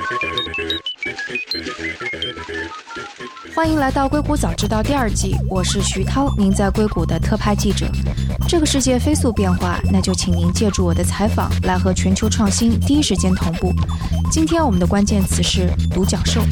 欢迎来到硅谷早知道第2季，我是徐涛，您在硅谷的特派记者。这个世界飞速变化，那就请您借助我的采访来和全球创新第一时间同步。今天我们的关键词是独角兽。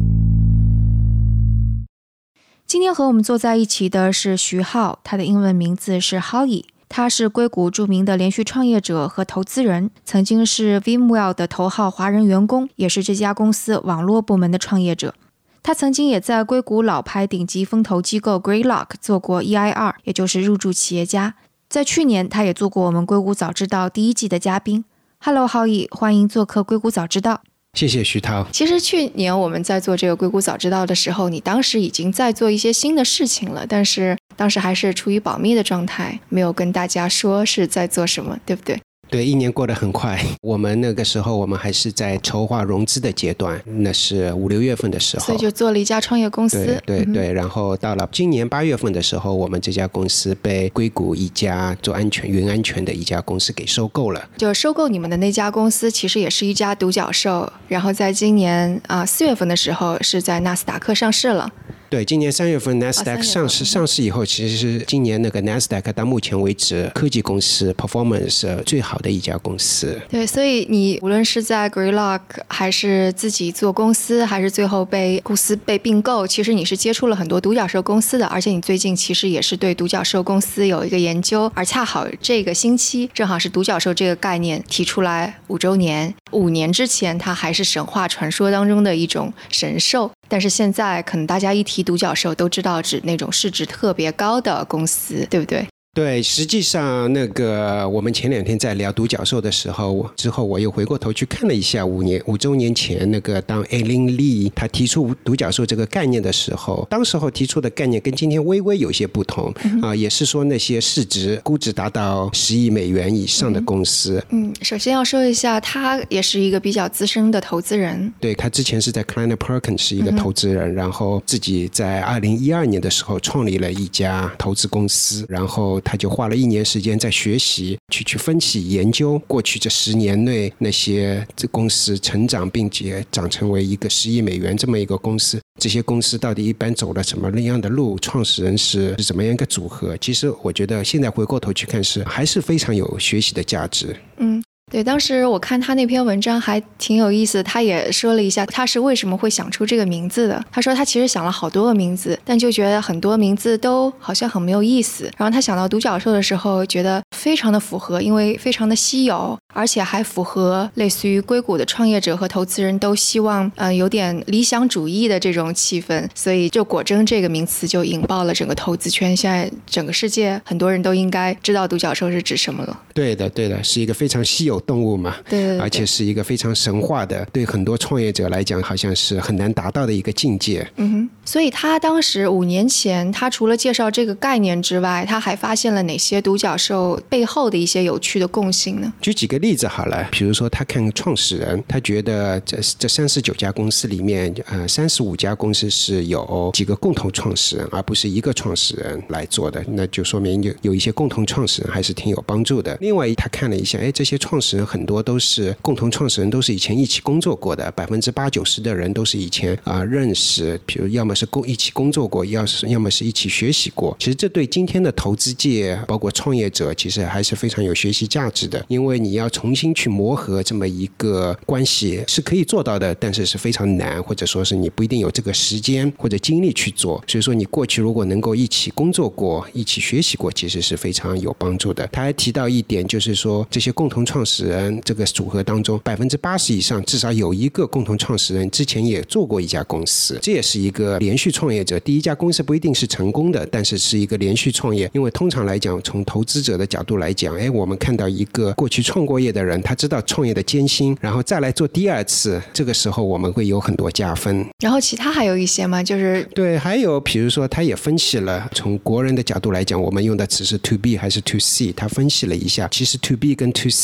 今天和我们坐在一起的是徐浩，他的英文名字是 Holly， 他是硅谷著名的连续创业者和投资人，曾经是 VMware 的头号华人员工，也是这家公司网络部门的创业者。他曾经也在硅谷老牌顶级风投机构 Greylock 做过 EIR， 也就是入驻企业家。在去年，他也做过我们硅谷早知道第1季的嘉宾。Hello， Holly， 欢迎做客硅谷早知道。 谢谢徐涛。 其实去年我们在做这个硅谷早知道的时候，你当时已经在做一些新的事情了，但是当时还是处于保密的状态，没有跟大家说是在做什么，对不对？ 对，一年过得很快。我们那个时候，我们还是在筹划融资的阶段，那是5、6月份的时候， 所以就做了一家创业公司。 对，然后到了今年8月份的时候，我们这家公司被硅谷一家做云安全的一家公司给收购了。 就收购你们的那家公司，其实也是一家独角兽，然后在今年4月份的时候是在纳斯达克上市了。 对，今年3月份 NASDAQ 上市以后，其实是今年那个 NASDAQ 到目前为止科技公司 performance 最好的一家公司。 对，所以你无论是在 Greylock 还是自己做公司，还是最后公司被并购，其实你是接触了很多独角兽公司的，而且你最近其实也是对独角兽公司有一个研究，而恰好这个星期正好是独角兽这个概念提出来5周年。5年之前它还是神话传说当中的一种神兽，但是现在可能大家一提独角兽都知道指那种市值特别高的公司，对不对？ 对，实际上那个我们前2天在聊独角兽的时候，之后我又回过头去看了一下5周年前那个当 Ellen Lee 他提出独角兽这个概念的时候，当时候提出的概念跟今天微微有些不同也是说那些估值达到10亿美元以上的公司。 首先要说一下，他也是一个比较资深的投资人。 对，他之前是在 Kleiner Perkins 是一个投资人，然后自己在2012年的时候创立了一家投资公司，然后他就花了1年时间在学习去分析研究过去这10年内那些这公司成长并且长成为一个10亿美元这么一个公司，这些公司到底一般走了什么样的路，创始人是怎么样一个组合。其实我觉得现在回过头去看还是非常有学习的价值。 对，当时我看他那篇文章还挺有意思，他也说了一下他是为什么会想出这个名字的。他说他其实想了好多个名字，但就觉得很多名字都好像很没有意思，然后他想到独角兽的时候觉得非常的符合，因为非常的稀有，而且还符合类似于硅谷的创业者和投资人都希望有点理想主义的这种气氛，所以就果真这个名词就引爆了整个投资圈，现在整个世界很多人都应该知道独角兽是指什么了。 对的，是一个非常稀有动物嘛， 对， 而且是一个非常神话的，对很多创业者来讲好像是很难达到的一个境界。 所以他当时5年前，他除了介绍这个概念之外，他还发现了哪些独角兽背后的一些有趣的共性呢？ 举几个例子好了，比如说他看创始人，他觉得这39家公司里面35家公司是有几个共同创始人，而不是一个创始人来做的，那就说明有一些共同创始人还是挺有帮助的。另外他看了一下，这些创始人很多都是共同创始人，都是以前一起工作过的，80%、90%的人都是以前认识，比如要么是一起工作过，要么是一起学习过。其实这对今天的投资界包括创业者其实还是非常有学习价值的，因为你要重新去磨合这么一个关系是可以做到的，但是是非常难，或者说是你不一定有这个时间或者精力去做。所以说你过去如果能够一起工作过，一起学习过，其实是非常有帮助的。他还提到一点，就是说这些共同创始人这个组合当中80%以上至少有一个共同创始人之前也做过一家公司，这也是一个连续创业者。第一家公司不一定是成功的，但是是一个连续创业。因为通常来讲，从投资者的角度来讲，我们看到一个过去创过业的人，他知道创业的艰辛，然后再来做第2次，这个时候我们会有很多加分。 然后其他还有一些吗？就是对，还有比如说他也分析了，从国人的角度来讲，我们用的词是 to B 还是 to C， 他分析了一下，其实 to B 跟 to C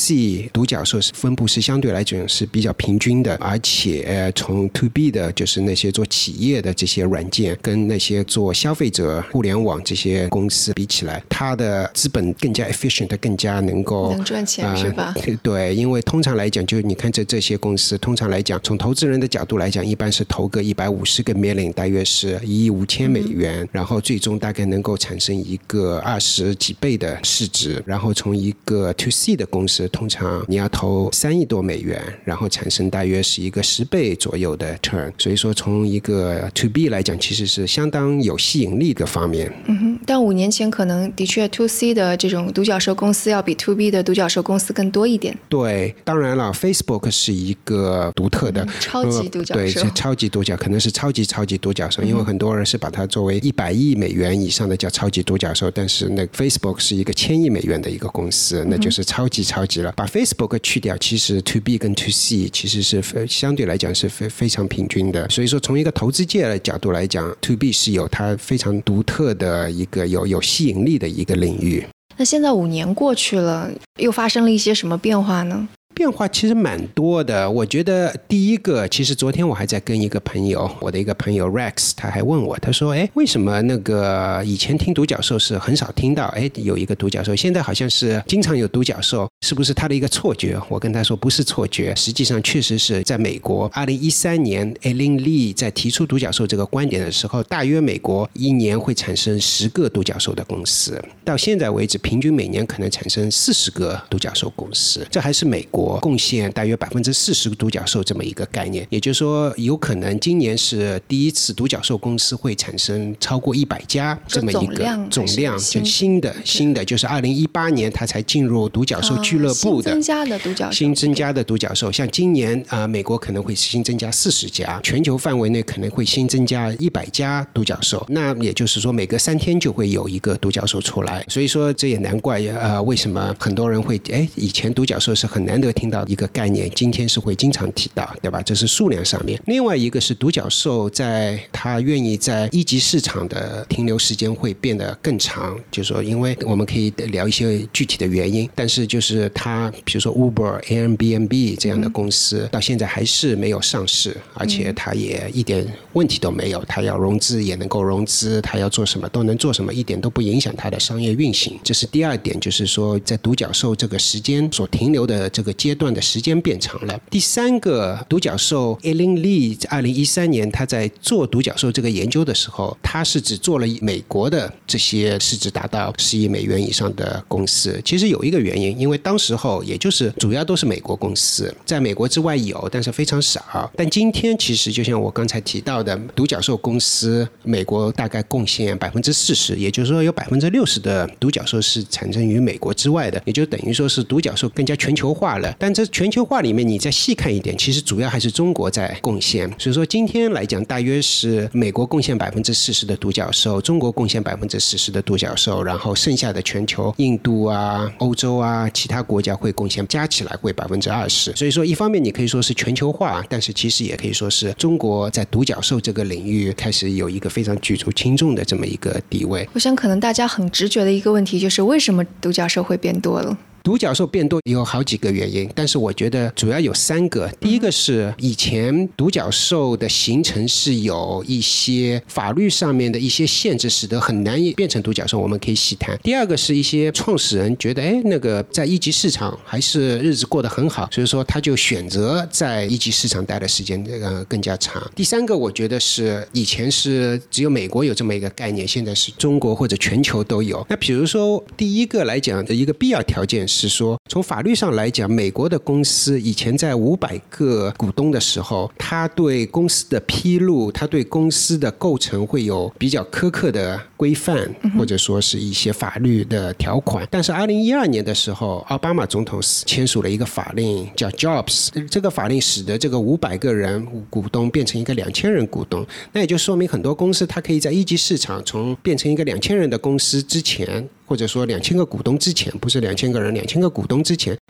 币独角兽分布是相对来讲是比较平均的，而且从 to B 的就是那些做企业的这些软件跟那些做消费者互联网这些公司比起来，它的资本更加 efficient， 更加能赚钱是吧？ 对，因为通常来讲，就你看这些公司，通常来讲，从投资人的角度来讲，一般是投个150个 million， 大约是1亿5千美元，然后最终大概能够产生一个20几倍的市值。然后从一个 to C 的公司，通常你要投3亿多美元，然后产生大约是一个10倍左右的 turn。所以说，从一个 to B 来讲，其实是相当有吸引力的方面。 但5年前可能的确 to C 的这种独角兽公司要比 to B 的独角兽公司更多一点。 对，当然了 Facebook 是一个独特的、 超级独角兽。 对，是超级独角，可能是超级独角兽，因为很多人是把它作为100亿美元以上的叫超级独角兽，但是那 Facebook 是一个1000亿美元的一个公司，那就是超级了。把 Facebook 去掉，其实 to B 跟 to C 其实是相对来讲是非常平均的。所以说从一个投资界的角度来讲， to B 是有它非常独特的一个有吸引力的一个领域。 那现在5年过去了，又发生了一些什么变化呢？ 变化其实蛮多的。我觉得第一个，其实昨天我还在跟一个朋友，我的一个朋友 Rex， 他还问我，他说为什么那个以前听独角兽是很少听到有一个独角兽，现在好像是经常有独角兽，是不是他的一个错觉？我跟他说不是错觉，实际上确实是在美国2013年 Ellen Lee 在提出独角兽这个观点的时候，大约美国1年会产生10个独角兽的公司，到现在为止平均每年可能产生40个独角兽公司，这还是美国贡献大约40%独角兽这么一个概念。也就是说有可能今年是第一次独角兽公司会产生超过100家这么一个总量，就新的就是2018年它才进入独角兽俱乐部的新增加的独角兽。像今年美国可能会新增加40家，全球范围内可能会新增加100家独角兽，那也就是说每隔3天就会有一个独角兽出来。所以说这也难怪为什么很多人会以前独角兽是很难得听到一个概念，今天是会经常提到，对吧？这是数量上面。另外一个是独角兽它愿意在一级市场的停留时间会变得更长，就是说因为我们可以聊一些具体的原因，但是就是它比如说 Uber、Airbnb 这样的公司到现在还是没有上市，而且它也一点问题都没有，它要融资也能够融资，它要做什么都能做什么，一点都不影响它的商业运行。这是第二点，就是说在独角兽这个时间所停留的这个阶段的时间变长了。第三个，独角兽 Ellen Lee 2013年他在做独角兽这个研究的时候，他是只做了美国的这些市值达到10亿美元以上的公司。其实有一个原因，因为当时候也就是主要都是美国公司，在美国之外有，但是非常少。但今天其实就像我刚才提到的，独角兽公司美国大概贡献40%，也就是说有60%的独角兽是产生于美国之外的，也就等于说是独角兽更加全球化了。但这全球化里面你再细看一点，其实主要还是中国在贡献。所以说今天来讲，大约是美国贡献40%的独角兽，中国贡献40%的独角兽，然后剩下的全球印度啊、欧洲啊、其他国家会贡献，加起来会20%。所以说一方面你可以说是全球化，但是其实也可以说是中国在独角兽这个领域开始有一个非常举足轻重的这么一个地位。 我想可能大家很直觉的一个问题就是为什么独角兽会变多了？ 独角兽变多有好几个原因，但是我觉得主要有3个。第一个是以前独角兽的形成是有一些法律上面的一些限制，使得很难变成独角兽，我们可以细谈。第二个是一些创始人觉得那个在一级市场还是日子过得很好，所以说他就选择在一级市场待的时间更加长。第三个我觉得是以前是只有美国有这么一个概念，现在是中国或者全球都有。那比如说第一个来讲的一个必要条件是说，从法律上来讲，美国的公司以前在500个股东的时候，他对公司的披露，他对公司的构成会有比较苛刻的规范，或者说是一些法律的条款。但是2012年的时候，奥巴马总统签署了一个法令叫 Jobs， 这个法令使得这个500个人股东变成一个2000人股东。那也就说明很多公司它可以在一级市场从变成一个2000人的公司之前，或者说2000个股东之前，不是2000个人，2000个股东之前，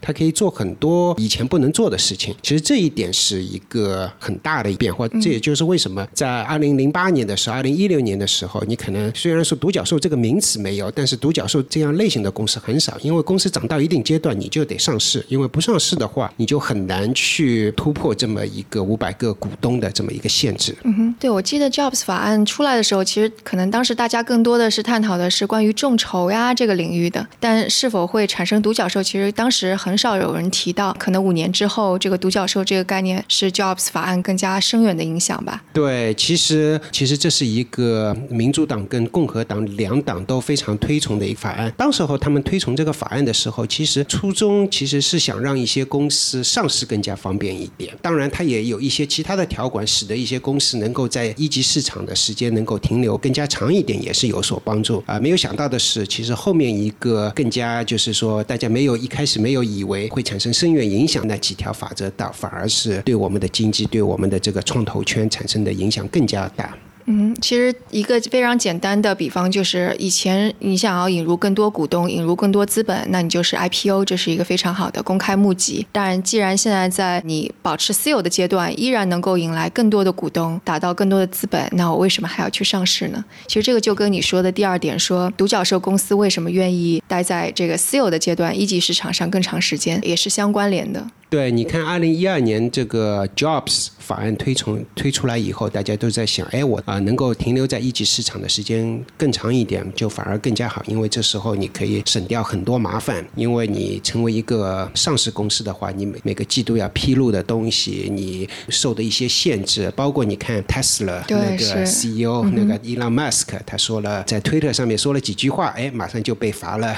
它可以做很多以前不能做的事情。其实这一点是一个很大的变化，这也就是为什么在2008年的时候2016年的时候，你可能虽然说独角兽这个名词没有，但是独角兽这样类型的公司很少，因为公司涨到一定阶段你就得上市，因为不上市的话你就很难去突破这么一个500个股东的这么一个限制。 对，我记得 Jobs 法案出来的时候，其实可能当时大家更多的是探讨的是关于众筹呀这个领域的，但是否会产生独角兽，其实当时很少有人提到，可能5年之后这个独角兽这个概念是 Jobs 法案更加深远的影响吧。 对，其实这是一个民主党跟共和党两党都非常推崇的一个法案。当时候他们推崇这个法案的时候，其实初衷其实是想让一些公司上市更加方便一点，当然它也有一些其他的条款，使得一些公司能够在一级市场的时间能够停留更加长一点，也是有所帮助没有想到的是，其实后面一个更加就是说大家一开始没有以为会产生深远影响那几条法则反而是对我们的经济对我们的这个创投圈产生的影响更加大。 其实一个非常简单的比方就是以前你想要引入更多股东引入更多资本，那你就是 IPO， 这是一个非常好的公开募集。当然既然现在在你保持私有的阶段依然能够引来更多的股东达到更多的资本，那我为什么还要去上市呢？其实这个就跟你说的第二点说独角兽公司为什么愿意待在这个私有的阶段一级市场上更长时间也是相关联的。 对，你看2012年这个 Jobs 法案推出来以后，大家都在想我能够停留在一级市场的时间更长一点就反而更加好，因为这时候你可以省掉很多麻烦，因为你成为一个上市公司的话，你每个季度要披露的东西你受的一些限制，包括你看 Tesla 那个 CEO 那个 Elon Musk 他说了在推特上面说了几句话马上就被罚了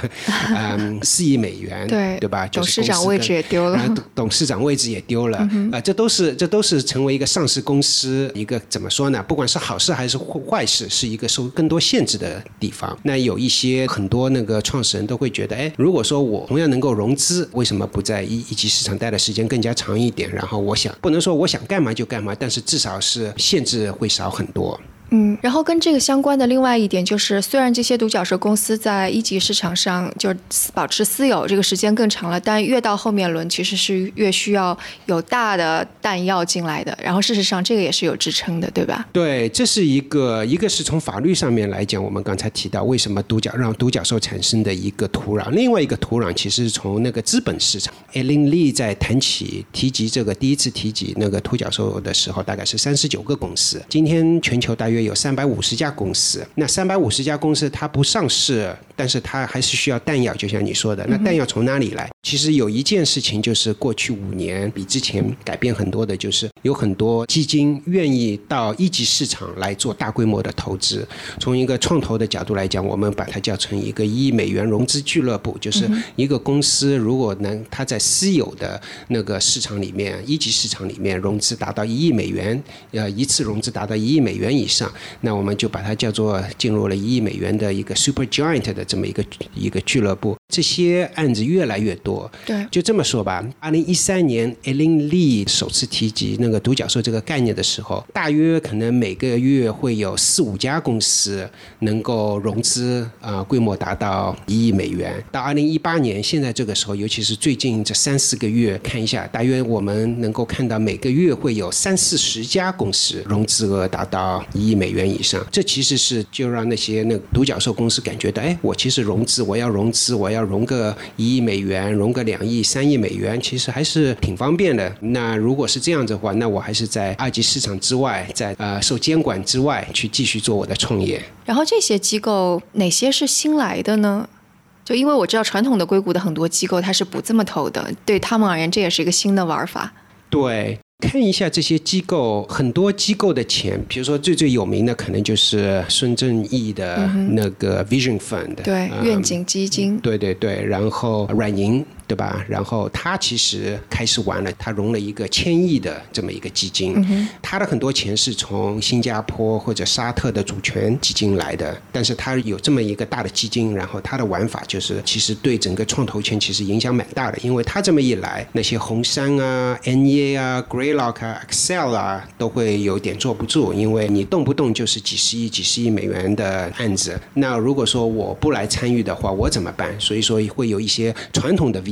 4亿美元对吧？ 董事长位置也丢了董事长位置也丢了这都是成为一个上市公司一个怎么说呢，不管是好事还是坏事，是一个受更多限制的地方。那有一些很多那个创始人都会觉得如果说我同样能够融资，为什么不在一级市场待的时间更加长一点，然后不能说我想干嘛就干嘛，但是至少是限制会少很多。 然后跟这个相关的另外一点就是，虽然这些独角兽公司在一级市场上就保持私有这个时间更长了，但越到后面轮其实是越需要有大的弹药进来的，然后事实上这个也是有支撑的，对吧？对， 这是一个是从法律上面来讲，我们刚才提到为什么让独角兽产生的一个土壤，另外一个土壤其实是从那个资本市场。Ellen Lee 在提及这个第一次提及那个独角兽的时候，大概是39个公司，今天全球大约有350家公司，那350家公司它不上市，但是它还是需要弹药，就像你说的，那弹药从哪里来？其实有一件事情就是过去5年比之前改变很多的，就是有很多基金愿意到一级市场来做大规模的投资。从一个创投的角度来讲，我们把它叫成一个1亿美元融资俱乐部，就是一个公司如果它在私有的那个市场里面一级市场里面融资达到1亿美元一次融资达到1亿美元以上，那我们就把它叫做进入了1亿美元的一个 Super Giant 的这么一个俱乐部。这些案子越来越多， 对， 就这么说吧。2013年 Ellen Lee 首次提及那个独角兽这个概念的时候，大约可能每个月会有4-5家公司能够融资规模达到1亿美元。到2018年现在这个时候，尤其是最近这3-4个月看一下，大约我们能够看到每个月会有30-40家公司融资额达到1亿美元以上。这其实是就让那些独角兽公司感觉到我其实我要融个1亿美元，融个2亿3亿美元，其实还是挺方便的。那如果是这样子的话，那我还是在二级市场之外，在受监管之外去继续做我的创业。 然后这些机构哪些是新来的呢？就因为我知道传统的硅谷的很多机构它是不这么投的，对他们而言这也是一个新的玩法。 对，看一下这些机构，很多机构的钱，比如说最有名的可能就是孙正义的那个 Vision Fund， 对，愿景基金， 对，然后软银，对吧？然后他其实开始玩了，他融了一个1000亿的这么一个基金，他的很多钱是从新加坡或者沙特的主权基金来的，但是他有这么一个大的基金，然后他的玩法就是其实对整个创投圈其实影响蛮大的，因为他这么一来，那些红杉啊、NEA 啊、Greylock 啊、Excel 啊都会有点坐不住，因为你动不动就是几十亿美元的案子，那如果说我不来参与的话，我怎么办？所以说会有一些传统的 VC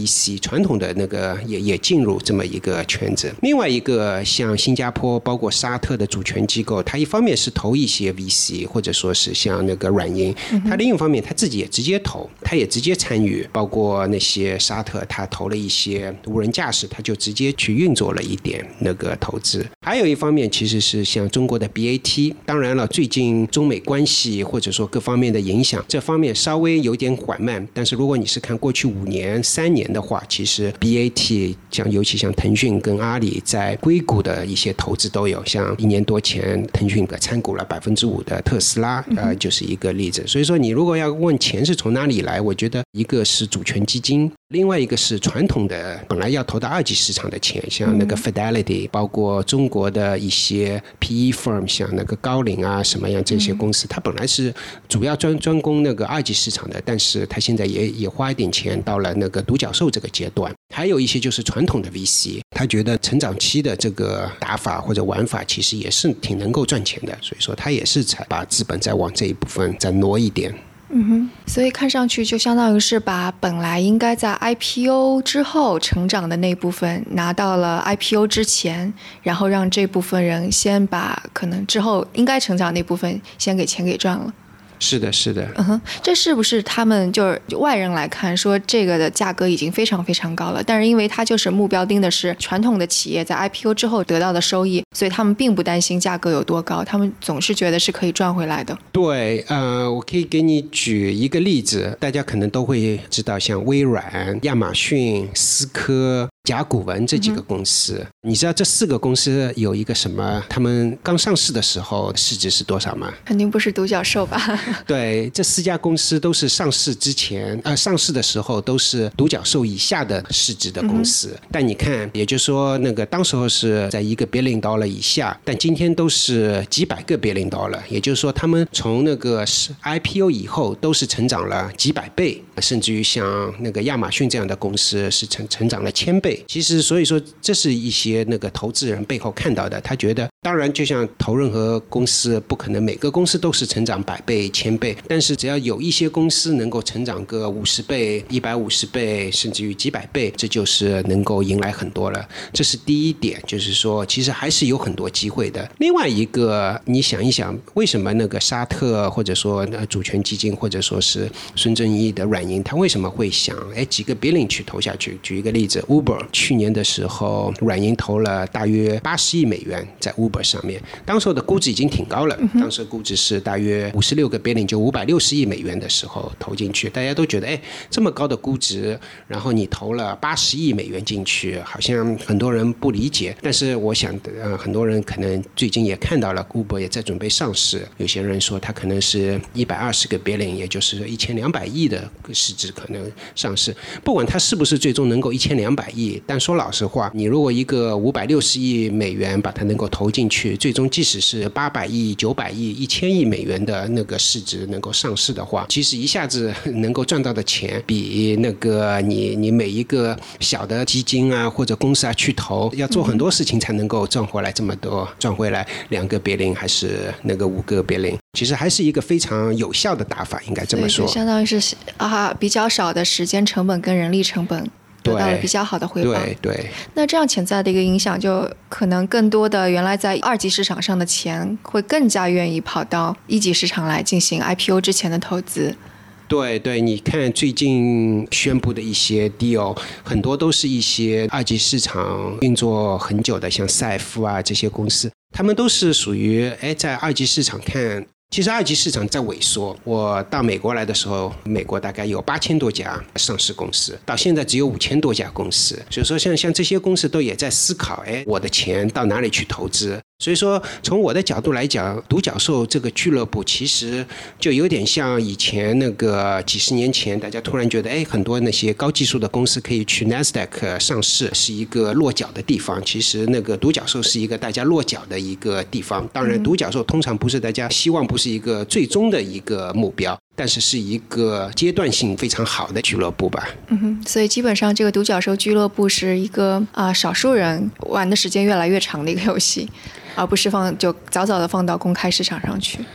VC 传统的那个也进入这么一个圈子。另外一个像新加坡包括沙特的主权机构，它一方面是投一些 VC 或者说是像那个软银，它另一方面它自己也直接投，它也直接参与，包括那些沙特它投了一些无人驾驶，它就直接去运作了一点那个投资。还有一方面其实是像中国的 BAT， 当然了最近中美关系或者说各方面的影响，这方面稍微有点缓慢，但是如果你是看过去5年3年的话，其实 BAT 尤其像腾讯跟阿里在硅谷的一些投资都有，像1年多前腾讯参股了5%的特斯拉，就是一个例子。所以说你如果要问钱是从哪里来，我觉得一个是主权基金，另外一个是传统的本来要投到2级市场的钱，像那个 Fidelity， 包括中国的一些 PE firm， 像那个高瓴啊什么样这些公司，它本来是主要专攻那个2级市场的，但是它现在也花一点钱到了那个独角兽这个阶段。还有一些就是传统的 VC， 他觉得成长期的这个打法或者玩法其实也是挺能够赚钱的，所以说他也是才把资本再往这一部分再挪一点。 所以看上去就相当于是把本来应该在 IPO 之后成长的那部分拿到了 IPO 之前，然后让这部分人先把可能之后应该成长那部分先给钱给赚了。 是的，是的。 这是不是他们就是外人来看说这个的价格已经非常非常高了，但是因为它就是目标定的是传统的企业在 IPO 之后得到的收益，所以他们并不担心价格有多高，他们总是觉得是可以赚回来的。 对，我可以给你举一个例子，大家可能都会知道，像微软、亚马逊、思科、甲骨文这几个公司，你知道这4个公司有一个什么？他们刚上市的时候市值是多少吗？ 肯定不是独角兽吧？ 对，这4家公司都是上市之前，上市的时候都是独角兽以下的市值的公司。但你看，也就是说，那个当时候是在1个$billion以下，但今天都是几百个$billion，也就是说，他们从那个 IPO 以后都是成长了几百倍，甚至于像那个亚马逊这样的公司是成长了1000倍。其实，所以说这是一些那个投资人背后看到的，他觉得，当然就像投任何公司，不可能每个公司都是成长100倍、1000倍，但是只要有一些公司能够成长个50倍、150倍，甚至于几百倍，这就是能够迎来很多了。这是第一点，就是说其实还是有很多机会的。另外一个，你想一想，为什么那个沙特或者说主权基金或者说是孙正义的软银，他为什么会想几个billion去投下去？举一个例子 ，Uber 去年的时候，软银投了大约80亿美元在 Uber 上面，当时的估值已经挺高了，当时估值是大约56个billion，就560亿美元的时候投进去，大家都觉得这么高的估值，然后你投了80亿美元进去，好像很多人不理解。但是我想很多人可能最近也看到了 Uber 也在准备上市，有些人说它可能是120个billion，也就是1200亿的市值可能上市。不管它是不是最终能够1200亿，但说老实话，你如果一个560亿美元把它能够投进去，最终即使是800亿、900亿、1000亿美元的那个市值能够上市的话，其实一下子能够赚到的钱比那个你每一个小的基金啊或者公司啊去投，要做很多事情才能够赚回来这么多，赚回来2个billion还是那个5个billion，其实还是一个非常有效的打法，应该这么说。 对，相当于是比较少的时间成本跟人力成本得到了比较好的回报。 对。 那这样潜在的一个影响，就可能更多的原来在2级市场上的钱会更加愿意跑到1级市场来进行 IPO 之前的投资。 对，你看最近宣布的一些 deal， 很多都是一些2级市场运作很久的，像赛富啊这些公司，他们都是属于在2级市场看。其实2级市场在萎缩，我到美国来的时候，美国大概有8000多家上市公司，到现在只有5000多家公司，所以说像这些公司都也在思考，我的钱到哪里去投资。所以说从我的角度来讲，独角兽这个俱乐部其实就有点像以前那个几十年前大家突然觉得很多那些高技术的公司可以去 NASDAQ 上市，是一个落脚的地方，其实那个独角兽是一个大家落脚的一个地方。当然独角兽通常不是大家希望，不是一个最终的一个目标，但是是一个阶段性非常好的俱乐部吧。 所以基本上这个独角兽俱乐部是一个少数人玩的时间越来越长的一个游戏，而不是就早早的放到公开市场上去。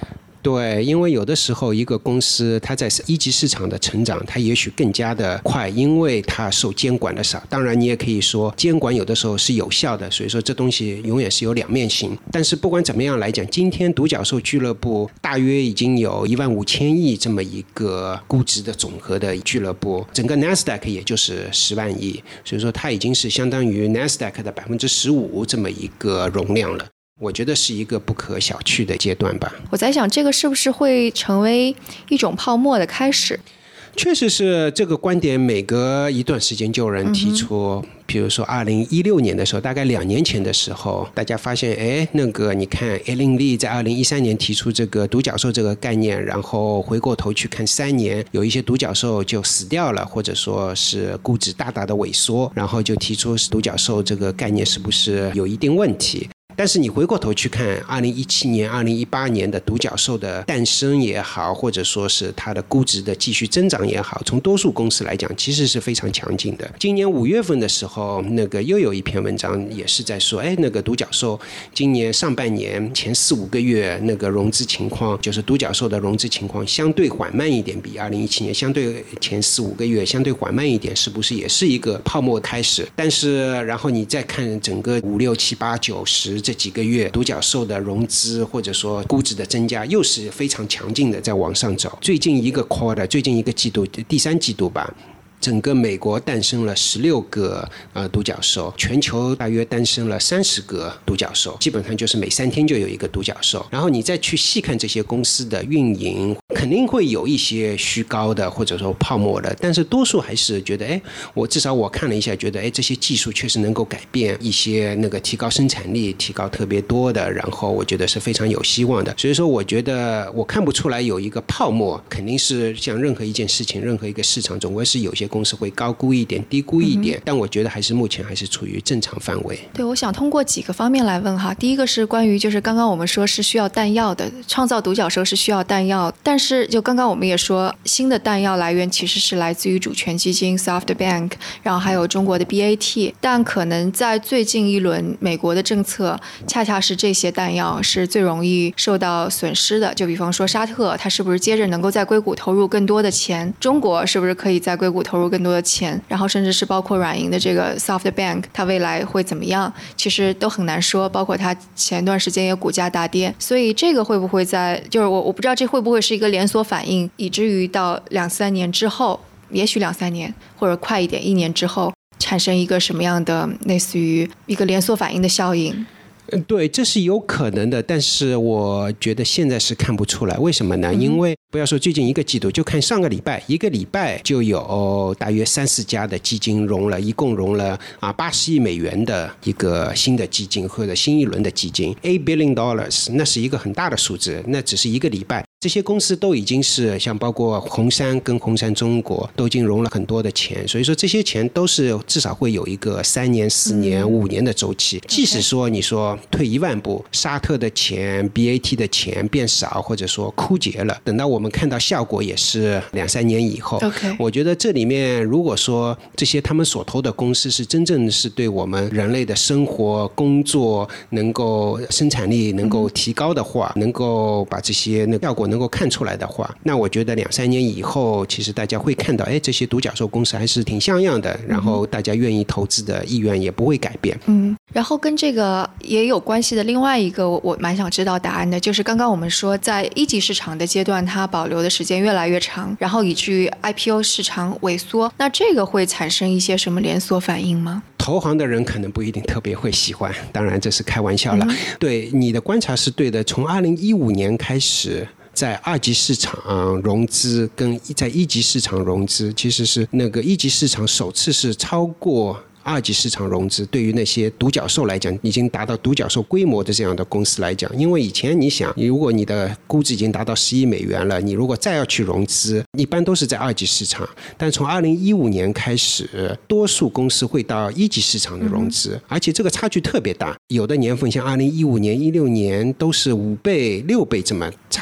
对，因为有的时候一个公司它在一级市场的成长，它也许更加的快，因为它受监管的少。当然你也可以说监管有的时候是有效的，所以说这东西永远是有两面性。但是不管怎么样来讲，今天独角兽俱乐部大约已经有15000亿这么一个估值的总和的俱乐部，整个 NASDAQ 也就是10万亿，所以说它已经是相当于 NASDAQ 的15%这么一个容量了。我觉得是一个不可小觑的阶段吧。 我在想这个是不是会成为一种泡沫的开始？ 确实是这个观点，每隔一段时间就有人提出。比如说2016年的时候，大概2年前的时候，大家发现那个你看 Ellen Lee 在2013年提出这个独角兽这个概念，然后回过头去看3年，有一些独角兽就死掉了，或者说是估值大大的萎缩，然后就提出独角兽这个概念是不是有一定问题。但是你回过头去看2017年、2018年的独角兽的诞生也好，或者说是它的估值的继续增长也好，从多数公司来讲，其实是非常强劲的。今年5月份的时候，那个又有一篇文章也是在说，那个独角兽今年上半年前4-5个月那个融资情况，就是独角兽的融资情况相对缓慢一点，比2017年相对前4-5个月相对缓慢一点，是不是也是一个泡沫开始？但是然后你再看整个5、6、7、8、9、10这几个月独角兽的融资或者说估值的增加又是非常强劲的在往上走。最近一个 quarter， 最近一个季度，第3季度吧，整个美国诞生了16个独角兽，全球大约诞生了30个独角兽，基本上就是每3天就有一个独角兽。然后你再去细看这些公司的运营，肯定会有一些虚高的或者说泡沫的，但是多数还是觉得至少我看了一下，觉得这些技术确实能够改变一些那个提高生产力提高特别多的，然后我觉得是非常有希望的。所以说我觉得我看不出来有一个泡沫，肯定是像任何一件事情任何一个市场总归是有些公司会高估一点低估一点，但我觉得还是目前还是处于正常范围。 对，我想通过几个方面来问哈。第一个是关于就是刚刚我们说是需要弹药的，创造独角兽是需要弹药，但是就刚刚我们也说新的弹药来源其实是来自于主权基金 SoftBank， 然后还有中国的 BAT， 但可能在最近一轮美国的政策恰恰是这些弹药是最容易受到损失的。就比方说沙特它是不是接着能够在硅谷投入更多的钱，中国是不是可以在硅谷投入更多的钱，然后甚至是包括软银的这个 SoftBank 它未来会怎么样，其实都很难说，包括它前段时间也股价大跌。所以这个会不会在就是我不知道这会不会是一个连锁反应，以至于到2-3年之后，也许2-3年或者快一点1年之后产生一个什么样的类似于一个连锁反应的效应。 对，这是有可能的，但是我觉得现在是看不出来。为什么呢？因为不要说最近一个季度，就看上个礼拜，一个礼拜就有大约3-4家的基金一共融了80亿美元的一个新的基金或者新一轮的基金，$8 billion， 那是一个很大的数字，那只是一个礼拜。这些公司都已经是像包括红杉跟红杉中国都已经融了很多的钱，所以说这些钱都是至少会有一个3年、4年、5年的周期。即使说你说退1万步，沙特的钱、BAT 的钱变少，或者说枯竭了，等到我们看到效果也是2-3年以后。我觉得这里面如果说这些他们所投的公司是真正是对我们人类的生活、工作能够生产力能够提高的话，能够把这些效果能够看出来的话，那我觉得2-3年以后其实大家会看到这些独角兽公司还是挺像样的，然后大家愿意投资的意愿也不会改变。 然后跟这个也有关系的另外一个我蛮想知道答案的，就是刚刚我们说在一级市场的阶段它保留的时间越来越长，然后以至于 IPO 市场萎缩，那这个会产生一些什么连锁反应吗？ 投行的人可能不一定特别会喜欢，当然这是开玩笑了。对，你的观察是对的，从2015年开始在2级市场融资跟在1级市场融资，其实是那个1级市场首次是超过2级市场融资，对于那些独角兽来讲已经达到独角兽规模的这样的公司来讲，因为以前你想如果你的估值已经达到10亿美元了，你如果再要去融资一般都是在2级市场，但从2015年开始多数公司会到1级市场的融资，而且这个差距特别大，有的年份像2015年16年都是5倍6倍这么差别。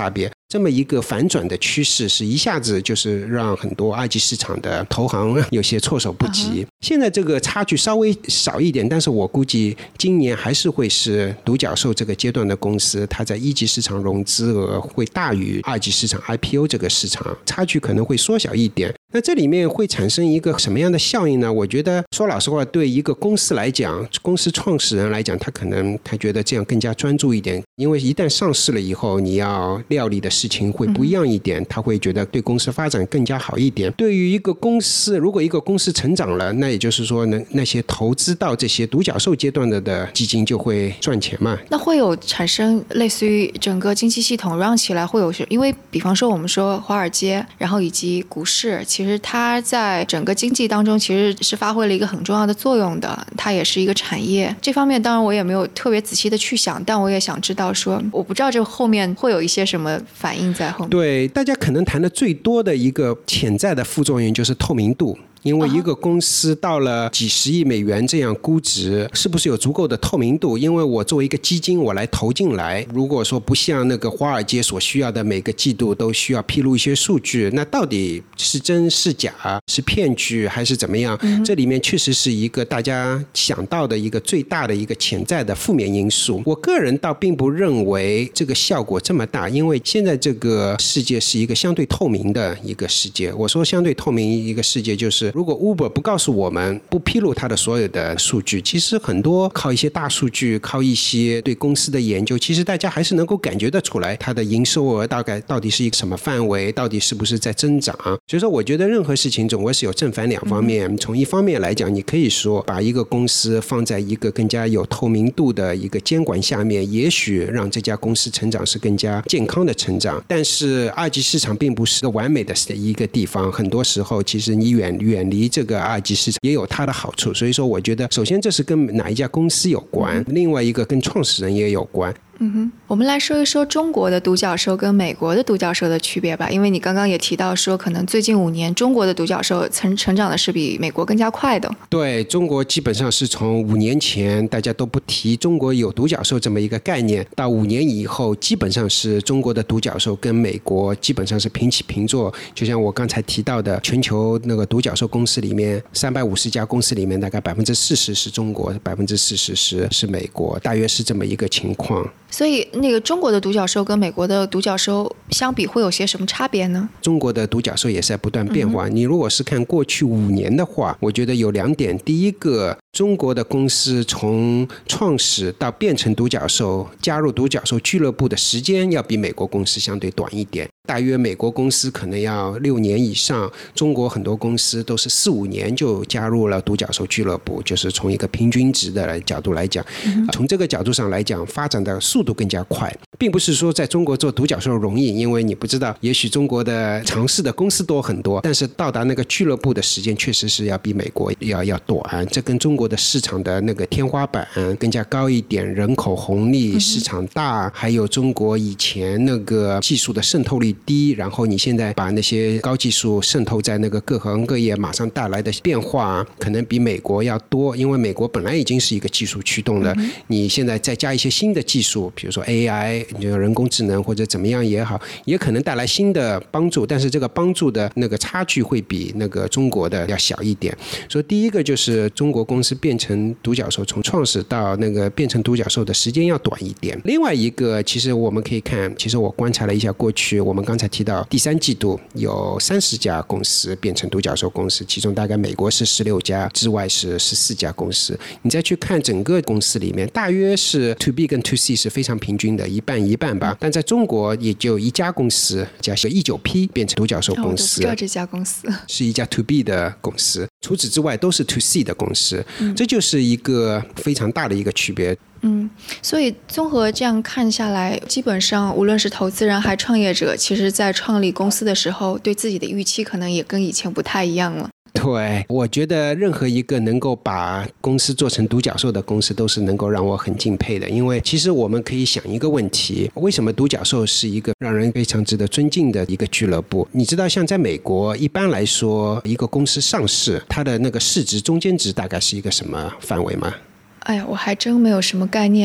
这么一个反转的趋势是一下子就是让很多二级市场的投行有些措手不及。现在这个差距稍微少一点，但是我估计今年还是会是独角兽这个阶段的公司，它在一级市场融资额会大于二级市场 IPO 这个市场，差距可能会缩小一点。那这里面会产生一个什么样的效应呢？我觉得说老实话，对一个公司来讲，公司创始人来讲，他觉得这样更加专注一点，因为一旦上市了以后，你要料理的事情会不一样一点，他会觉得对公司发展更加好一点。对于一个公司，如果一个公司成长了，那也就是说那些投资到这些独角兽阶段的基金就会赚钱嘛。 那会有产生类似于整个经济系统 run 起来会有，因为比方说我们说华尔街，然后以及股市，其实它在整个经济当中其实是发挥了一个很重要的作用的，它也是一个产业。这方面当然我也没有特别仔细的去想，但我也想知道说，我不知道这后面会有一些什么反应在后面。 对，大家可能谈的最多的一个潜在的副作用就是透明度。因为一个公司到了几十亿美元这样估值，是不是有足够的透明度？因为我作为一个基金，我来投进来，如果说不像那个华尔街所需要的每个季度都需要披露一些数据，那到底是真是假，是骗局还是怎么样？这里面确实是一个大家想到的一个最大的一个潜在的负面因素。我个人倒并不认为这个效果这么大，因为现在这个世界是一个相对透明的一个世界。我说相对透明一个世界，就是如果 Uber 不告诉我们，不披露它的所有的数据，其实很多靠一些大数据，靠一些对公司的研究，其实大家还是能够感觉得出来它的营收额大概到底是一个什么范围，到底是不是在增长。所以说我觉得任何事情总归是有正反两方面。从一方面来讲，你可以说把一个公司放在一个更加有透明度的一个监管下面，也许让这家公司成长是更加健康的成长。但是二级市场并不是个完美的一个地方，很多时候其实你远离这个二级市场也有它的好处。所以说我觉得首先这是跟哪一家公司有关，另外一个跟创始人也有关。 我们来说一说中国的独角兽跟美国的独角兽的区别吧。因为你刚刚也提到说，可能最近5年中国的独角兽成长的是比美国更加快的。 对，中国基本上是从5年前大家都不提中国有独角兽这么一个概念，到5年以后，基本上是中国的独角兽跟美国基本上是平起平坐。就像我刚才提到的，全球那个独角兽公司里面350家公司里面，大概40%是中国，40%是美国，大约是这么一个情况。 所以那个中国的独角兽跟美国的独角兽相比会有些什么差别呢？ 中国的独角兽也是在不断变化。你如果是看过去5年的话，我觉得有2点。第一个，中国的公司从创始到变成独角兽，加入独角兽俱乐部的时间要比美国公司相对短一点，大约美国公司可能要6年以上，中国很多公司都是4-5年就加入了独角兽俱乐部，就是从一个平均值的角度来讲，从这个角度上来讲，发展的速度更加快。并不是说在中国做独角兽容易，因为你不知道，也许中国的尝试的公司多很多，但是到达那个俱乐部的时间确实是要比美国要短，这跟中国的市场的那个天花板更加高一点，人口红利，市场大，还有中国以前那个技术的渗透率低，然后你现在把那些高技术渗透在那个各行各业马上带来的变化可能比美国要多，因为美国本来已经是一个技术驱动的，你现在再加一些新的技术，比如说 AI， 人工智能或者怎么样也好，也可能带来新的帮助，但是这个帮助的那个差距会比那个中国的要小一点。所以第一个就是中国公司变成独角兽，从创始到那个变成独角兽的时间要短一点。另外一个，其实我们可以看，其实我观察了一下过去，我们刚才提到第3季度有30家公司变成独角兽公司，其中大概美国是16家，之外是14家公司。你再去看整个公司里面，大约是 To B 跟 To C 是非常平均的，一半一半吧。但在中国也就1家公司，加上19P 变成独角兽公司， 我都不知道这家公司是一家 To B 的公司，除此之外都是 To C 的公司，这就是一个非常大的一个区别。 所以综合这样看下来，基本上无论是投资人还创业者，其实在创立公司的时候，对自己的预期可能也跟以前不太一样了。 对，我觉得任何一个能够把公司做成独角兽的公司都是能够让我很敬佩的。因为其实我们可以想一个问题，为什么独角兽是一个让人非常值得尊敬的一个俱乐部？你知道像在美国一般来说，一个公司上市，它的那个市值中间值大概是一个什么范围吗？ 哎呀，我还真没有什么概念。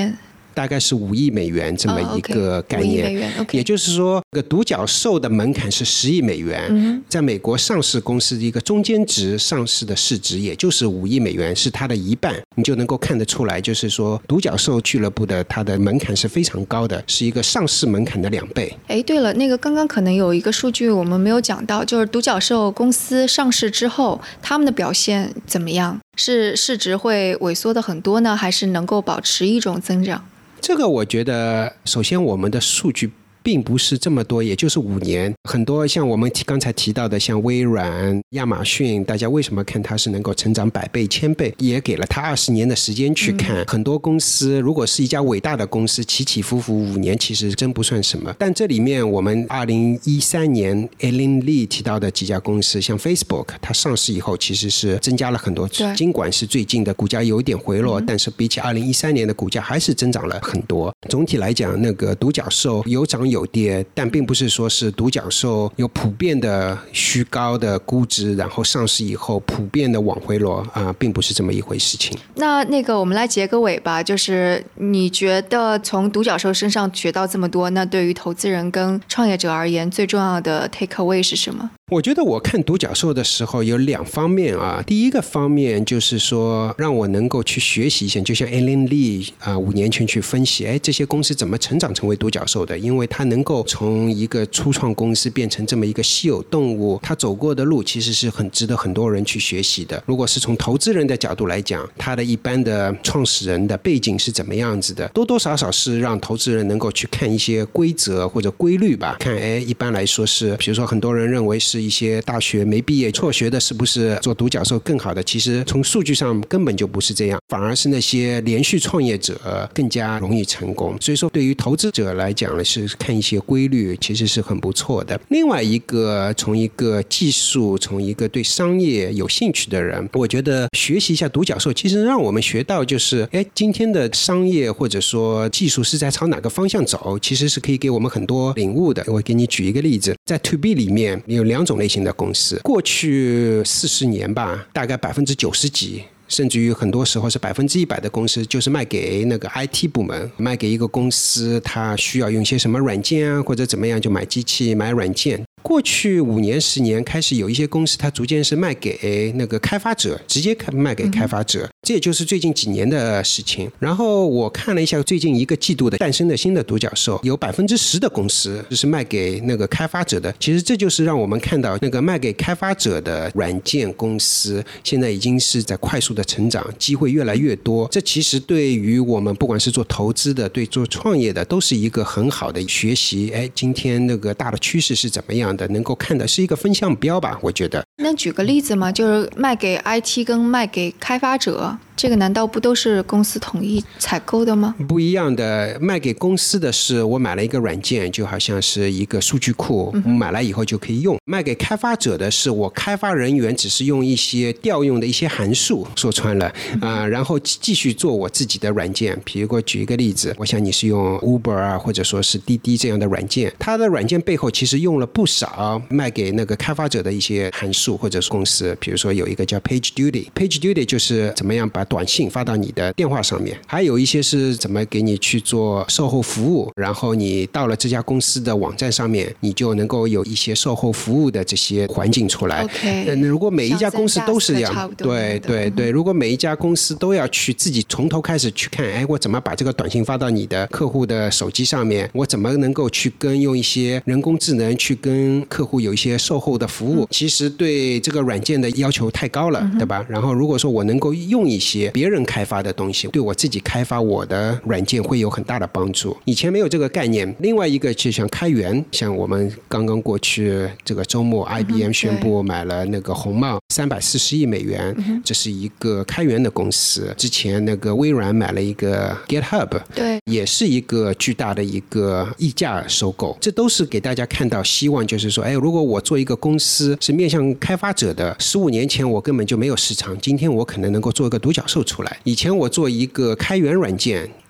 大概是5亿美元这么一个概念。 5亿美元也就是说，这个独角兽的门槛是10亿美元，在美国上市公司的一个中间值上市的市值，也就是5亿美元，是它的一半，你就能够看得出来，就是说独角兽俱乐部的它的门槛是非常高的，是一个上市门槛的2倍。 哎，对了，那个刚刚可能有一个数据我们没有讲到，就是独角兽公司上市之后，他们的表现怎么样？是市值会萎缩的很多呢，还是能够保持一种增长？ 这个我觉得，首先我们的数据并不是这么多，也就是5年。很多像我们刚才提到的，像微软、亚马逊，大家为什么看它是能够成长100倍、1000倍，也给了它20年的时间去看。很多公司如果是一家伟大的公司，起起伏伏5年其实真不算什么。但这里面我们2013年 Ellen Lee 提到的几家公司，像 Facebook， 它上市以后其实是增加了很多，尽管是最近的股价有一点回落，但是比起2013年的股价还是增长了很多。总体来讲，那个独角兽有涨有跌，但并不是说是独角兽有普遍的虚高的估值，然后上市以后普遍的往回落并不是这么一回事情。 那个我们来结个尾吧，就是你觉得从独角兽身上学到这么多，那对于投资人跟创业者而言，最重要的 take away 是什么？ 我觉得我看独角兽的时候有2方面第一个方面就是说让我能够去学习一下，就像 Ellen Lee 5年前去分析这些公司怎么成长成为独角兽的，因为它能够从一个初创公司变成这么一个稀有动物，它走过的路其实是很值得很多人去学习的。如果是从投资人的角度来讲，它的一般的创始人的背景是怎么样子的，多多少少是让投资人能够去看一些规则或者规律吧，看一般来说是，比如说很多人认为是一些大学没毕业辍学的是不是做独角兽更好的，其实从数据上根本就不是这样，反而是那些连续创业者更加容易成功。所以说对于投资者来讲呢，是看一些规律其实是很不错的。另外一个，从一个技术，从一个对商业有兴趣的人，我觉得学习一下独角兽，其实让我们学到就是今天的商业或者说技术是在朝哪个方向走，其实是可以给我们很多领悟的。我给你举一个例子，在 To B 里面有2种类型的公司，过去40年吧，大概90%几甚至于很多时候是100%的公司就是卖给那个 IT 部门，卖给一个公司，他需要用些什么软件或者怎么样，就买机器买软件。过去5年10年开始有一些公司它逐渐是卖给那个开发者，直接卖给开发者，这也就是最近几年的事情。然后我看了一下最近1个季度的诞生的新的独角兽，有10%的公司就是卖给那个开发者的。其实这就是让我们看到那个卖给开发者的软件公司现在已经是在快速的成长，机会越来越多。这其实对于我们不管是做投资的对做创业的都是一个很好的学习。今天那个大的趋势是怎么样的，能够看的是一个分项标吧，我觉得。 能举个例子吗？就是卖给 IT 跟卖给开发者，这个难道不都是公司统一采购的吗？ 不一样的，卖给公司的是我买了一个软件，就好像是一个数据库，买来以后就可以用。卖给开发者的是我开发人员只是用一些调用的一些函数，说穿了然后继续做我自己的软件。比如我举一个例子，我想你是用 Uber 或者说是滴滴这样的软件，它的软件背后其实用了不少卖给那个开发者的一些函数或者是公司。比如说有一个叫 PagerDuty 就是怎么样把短信发到你的电话上面，还有一些是怎么给你去做售后服务，然后你到了这家公司的网站上面，你就能够有一些售后服务的这些环境出来。如果每一家公司都是这样，对，如果每一家公司都要去自己从头开始去看，我怎么把这个短信发到你的客户的手机上面，我怎么能够去用一些人工智能去跟客户有一些售后的服务，其实对这个软件的要求太高了，对吧？然后如果说我能够用一些别人开发的东西，对我自己开发我的软件会有很大的帮助。以前没有这个概念。另外一个就像开源，像我们刚刚过去这个周末 IBM 宣布买了那个红帽340亿美元，这是一个开源的公司。之前那个微软买了一个 GitHub， 对，也是一个巨大的一个溢价收购。这都是给大家看到希望，就是说如果我做一个公司是面向开发者的，15年前我根本就没有市场，今天我可能能够做一个独角兽出来。以前我做一个开源软件，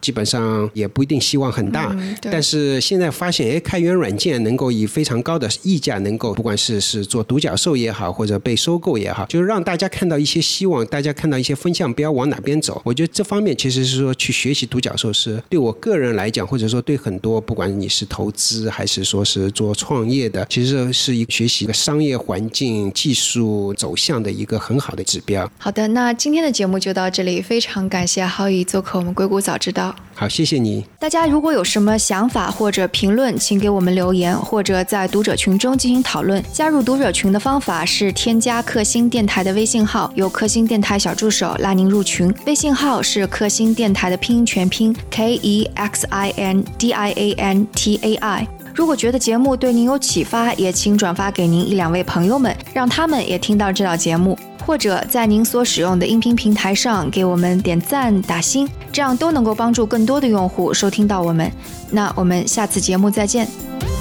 基本上也不一定希望很大，但是现在发现开源软件能够以非常高的溢价能够不管是做独角兽也好或者被收购也好，就是让大家看到一些希望，大家看到一些风向标往哪边走。我觉得这方面其实是说去学习独角兽是对我个人来讲，或者说对很多不管你是投资还是说是做创业的，其实是一个学习一个商业环境技术走向的一个很好的指标。 好的，那今天的节目就到这里，非常感谢浩宇做客我们硅谷早知道。 好，谢谢你。 大家如果有什么想法或者评论，请给我们留言，或者在读者群中进行讨论。加入读者群的方法是添加克星电台的微信号，由克星电台小助手拉您入群。微信号是克星电台的拼音全拼 KEXINDIANTAI。如果觉得节目对您有启发，也请转发给您1-2位朋友们，让他们也听到这档节目，或者在您所使用的音频平台上给我们点赞打星，这样都能够帮助更多的用户收听到我们。那我们下次节目再见。